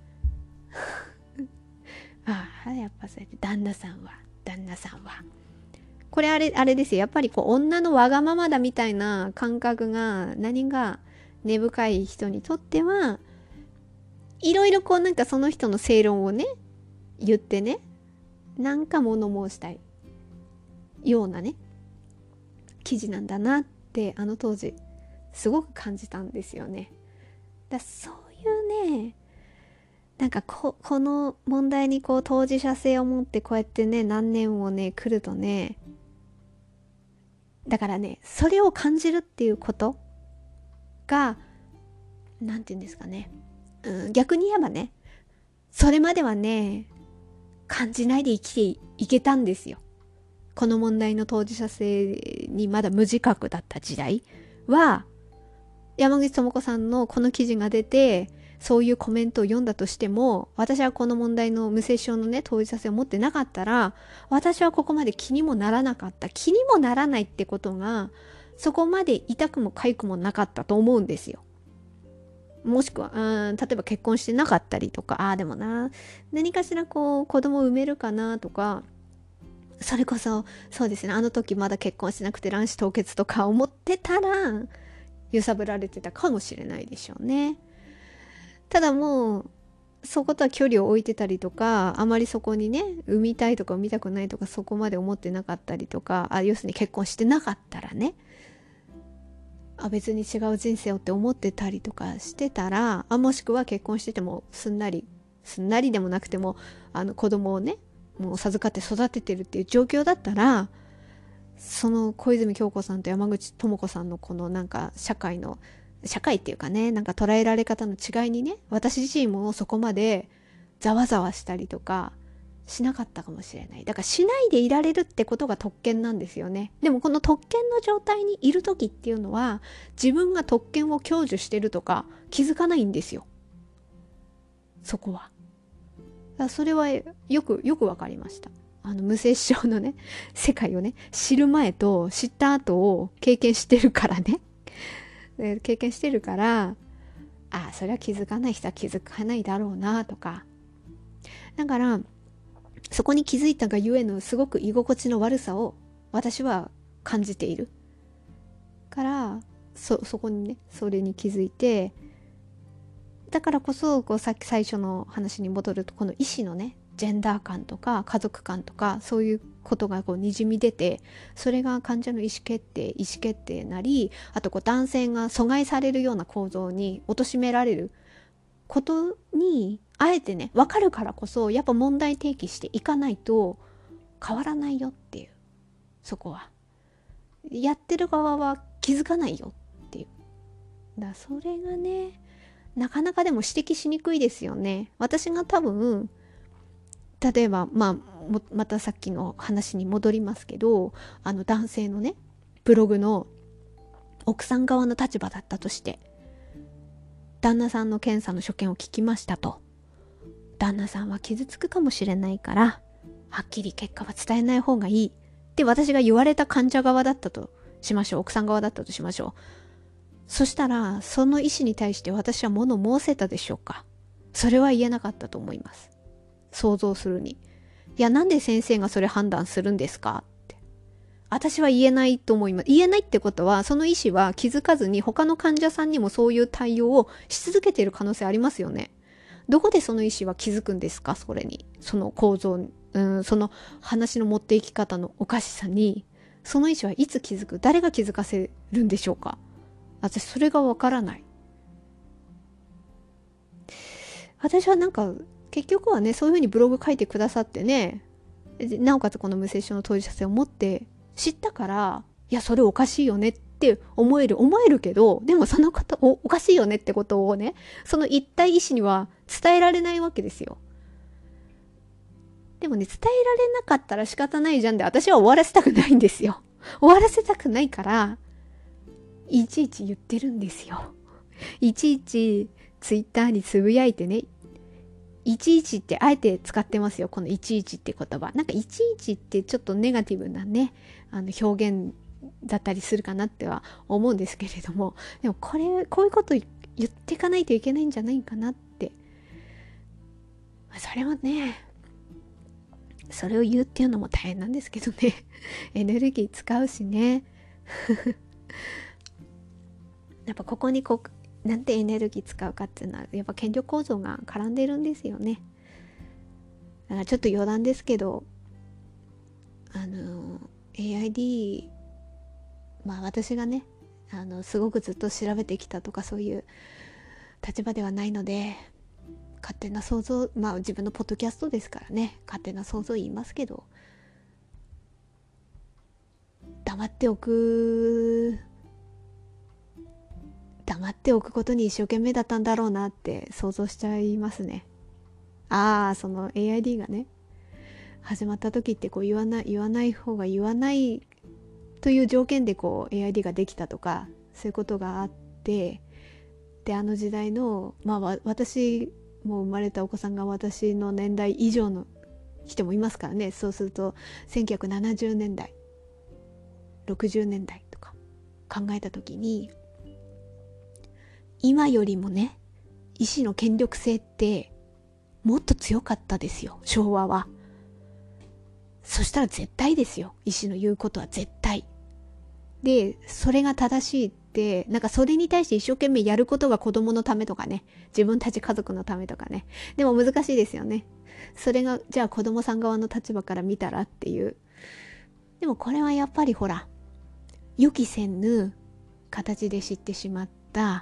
ああ、やっぱそうやって旦那さんは、旦那さんは。これあれ、あれですよ。やっぱりこう女のわがままだみたいな感覚が何が根深い人にとっては、いろいろこうなんかその人の正論をね、言ってね、なんか物申したいようなね、記事なんだなってあの当時すごく感じたんですよね。だそういうね、なんか こ, この問題にこう当事者性を持ってこうやってね何年もね来るとね、だからねそれを感じるっていうことがなんて言うんですかね、うん、逆に言えばね、それまではね感じないで生きていけたんですよ。この問題の当事者性にまだ無自覚だった時代は、山口智子さんのこの記事が出てそういうコメントを読んだとしても、私はこの問題の無接触のね当事者性を持ってなかったら、私はここまで気にもならなかった。気にもならないってことがそこまで痛くも痒くもなかったと思うんですよ。もしくはうん例えば結婚してなかったりとか、ああでもな何かしらこう子供を産めるかなとか、それこそそうですね、あの時まだ結婚してなくて卵子凍結とか思ってたら揺さぶられてたかもしれないでしょうね。ただもうそことは距離を置いてたりとか、あまりそこにね産みたいとか産みたくないとかそこまで思ってなかったりとか、あ要するに結婚してなかったらね、あ別に違う人生をって思ってたりとかしてたら、あもしくは結婚しててもすんなりすんなりでもなくてもあの子供をねもう授かって育ててるっていう状況だったら、その小泉京子さんと山口智子さんのこのなんか社会の社会っていうかね、なんか捉えられ方の違いにね、私自身もそこまでざわざわしたりとかしなかったかもしれない。だからしないでいられるってことが特権なんですよね。でもこの特権の状態にいる時っていうのは、自分が特権を享受してるとか気づかないんですよ、そこは。だからそれはよくよくわかりました。あの無摂生のね世界をね、知る前と知った後を経験してるからねで経験してるから、ああそれは気づかない人は気づかないだろうなとか。だからそこに気づいたがゆえのすごく居心地の悪さを私は感じているから、そそこにね、それに気づいて、だからこそこうさっき最初の話に戻ると、この意思のねジェンダー感とか家族感とかそういうことがこうにじみ出て、それが患者の意思決定意思決定なり、あとこう男性が阻害されるような構造に貶められることにあえてね分かるからこそ、やっぱ問題提起していかないと変わらないよっていう、そこはやってる側は気づかないよっていう。だそれがねなかなかでも指摘しにくいですよね。私が多分例えばまあまたさっきの話に戻りますけど、あの男性のねブログの奥さん側の立場だったとして、旦那さんの検査の所見を聞きましたと。旦那さんは傷つくかもしれないからはっきり結果は伝えない方がいいって私が言われた患者側だったとしましょう。奥さん側だったとしましょう。そしたらその意思に対して私は物申せたでしょうか。それは言えなかったと思います。想像するに、いやなんで先生がそれ判断するんですかって私は言えないと思います。言えないってことは、その医師は気づかずに他の患者さんにもそういう対応をし続けている可能性ありますよね。どこでその医師は気づくんですか、それに、その構造、うん、その話の持っていき方のおかしさに、その医師はいつ気づく、誰が気づかせるんでしょうか。私それがわからない。私はなんか結局はね、そういうふうにブログ書いてくださってね、なおかつこの無接触の当事者性を持って知ったから、いやそれおかしいよねって思える思えるけど、でもそのことおおかしいよねってことをね、その一体医師には伝えられないわけですよ。でもね、伝えられなかったら仕方ないじゃんで、私は終わらせたくないんですよ。終わらせたくないからいちいち言ってるんですよ。いちいちツイッターにつぶやいてね、いちいちってあえて使ってますよ、このいちいちって言葉。なんかいちいちってちょっとネガティブなね、あの表現だったりするかなっては思うんですけれども、でもこれこういうこと言っていかないといけないんじゃないかなって。それはね、それを言うっていうのも大変なんですけどねエネルギー使うしねやっぱここにこうなんてエネルギー使うかっていうのはやっぱ権力構造が絡んでるんですよね。だからちょっと余談ですけど、あの エーアイディー、 まあ私がねあのすごくずっと調べてきたとかそういう立場ではないので、勝手な想像、まあ自分のポッドキャストですからね、勝手な想像言いますけど、黙っておく黙っておくことに一生懸命だったんだろうなって想像しちゃいますね。ああ、その エーアイディー がね始まった時ってこう言わない言わない方が言わないという条件でこう エーアイディー ができたとかそういうことがあって、であの時代のまあ私もう生まれたお子さんが私の年代以上の人もいますからね。そうするとせんきゅうひゃくななじゅうねんだいろくじゅうねんだいとか考えた時に、今よりもね医師の権力性ってもっと強かったですよ、昭和は。そしたら絶対ですよ、医師の言うことは絶対で、それが正しいって、なんかそれに対して一生懸命やることが子供のためとかね、自分たち家族のためとかね、でも難しいですよね。それがじゃあ子供さん側の立場から見たらっていう。でもこれはやっぱりほら、予期せぬ形で知ってしまった、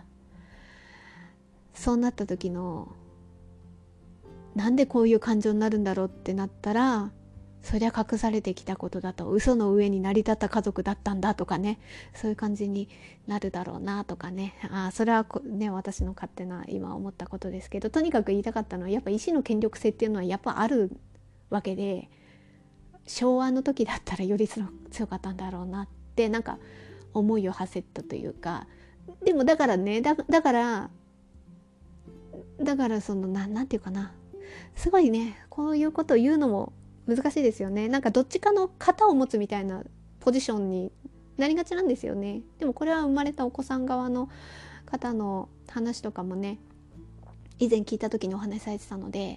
そうなった時のなんでこういう感情になるんだろうってなったら、そりゃ隠されてきたことだと、嘘の上に成り立った家族だったんだとかね、そういう感じになるだろうなとかね。あ、それはね私の勝手な今思ったことですけど、とにかく言いたかったのはやっぱ医師の権力性っていうのはやっぱあるわけで、昭和の時だったらより強かったんだろうなってなんか思いを馳せたというか、でもだからね、だ, だからだからそのななんていうかな、すごいね、こういうことを言うのも難しいですよね。なんかどっちかの型を持つみたいなポジションになりがちなんですよね。でもこれは生まれたお子さん側の方の話とかもね、以前聞いた時にお話しされてたので、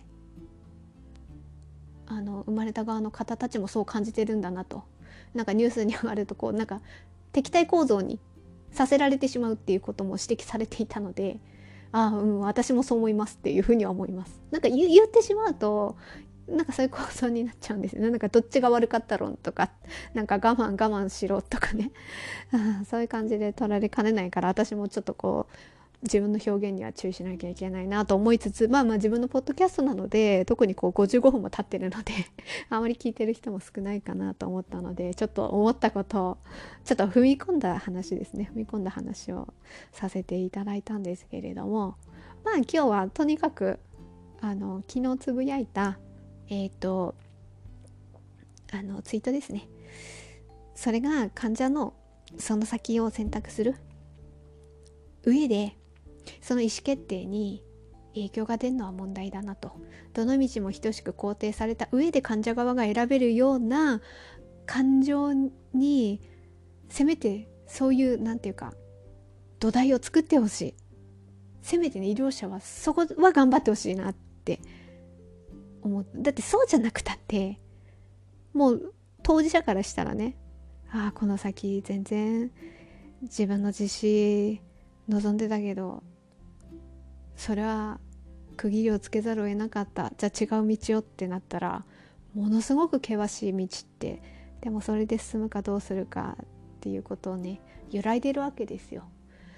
あの生まれた側の方たちもそう感じてるんだなと、なんかニュースに上がるとこうなんか敵対構造にさせられてしまうっていうことも指摘されていたので、ああ、うん、私もそう思いますっていうふうには思います。なんか 言, 言ってしまうとなんかそういう構造になっちゃうんですよね。なんかどっちが悪かった論とか、なんか我慢我慢しろとかねそういう感じで取られかねないから、私もちょっとこう自分の表現には注意しなきゃいけないなと思いつつ、まあまあ自分のポッドキャストなので、特にこうごじゅうごふんも経ってるのであまり聞いてる人も少ないかなと思ったので、ちょっと思ったことをちょっと踏み込んだ話ですね踏み込んだ話をさせていただいたんですけれども、まあ今日はとにかくあの昨日つぶやいたえっとあのツイートですね。それが患者のその先を選択する上で、その意思決定に影響が出るのは問題だなと。どの道も等しく肯定された上で患者側が選べるような感情に、せめてそういうなんていうか土台を作ってほしい。せめてね、医療者はそこは頑張ってほしいなって思う。だってそうじゃなくたってもう当事者からしたらね、ああこの先全然自分の自信望んでたけど、それは区切りをつけざるを得なかった、じゃあ違う道をってなったら、ものすごく険しい道って、でもそれで進むかどうするかっていうことをね揺らいでるわけですよ。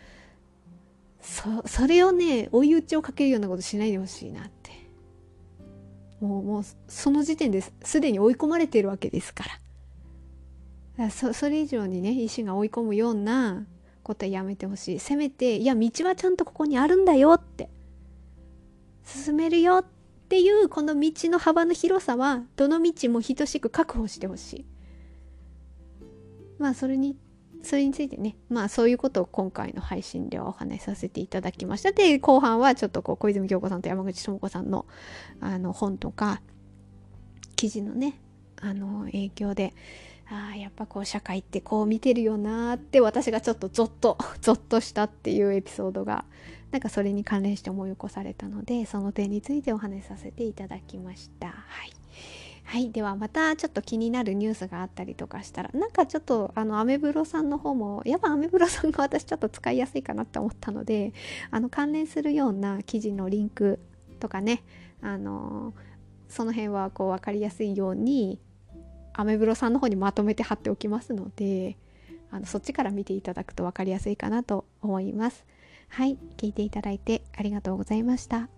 そ, それをね追い打ちをかけるようなことしないでほしいなって。もうもうその時点ですでに追い込まれているわけですから、だからそ, それ以上にね医師が追い込むようなことはやめてほしい。せめて、いや道はちゃんとここにあるんだよって、進めるよっていうこの道の幅の広さはどの道も等しく確保してほしい。まあそれにそれについてね、まあそういうことを今回の配信ではお話しさせていただきました。で後半はちょっとこう小泉京子さんと山口智子さんのあの本とか記事のねあの影響で、あやっぱこう社会ってこう見てるよなって私がちょっとゾッとゾッとしたっていうエピソードがなんかそれに関連して思い起こされたので、その点についてお話しさせていただきました。はい、はい、ではまたちょっと気になるニュースがあったりとかしたら、なんかちょっとあのアメブロさんの方もやっぱアメブロさんが私ちょっと使いやすいかなって思ったので、あの関連するような記事のリンクとかね、あのその辺はこう分かりやすいようにアメブロさんの方にまとめて貼っておきますので、あのそっちから見ていただくと分かりやすいかなと思います。はい、聞いていただいてありがとうございました。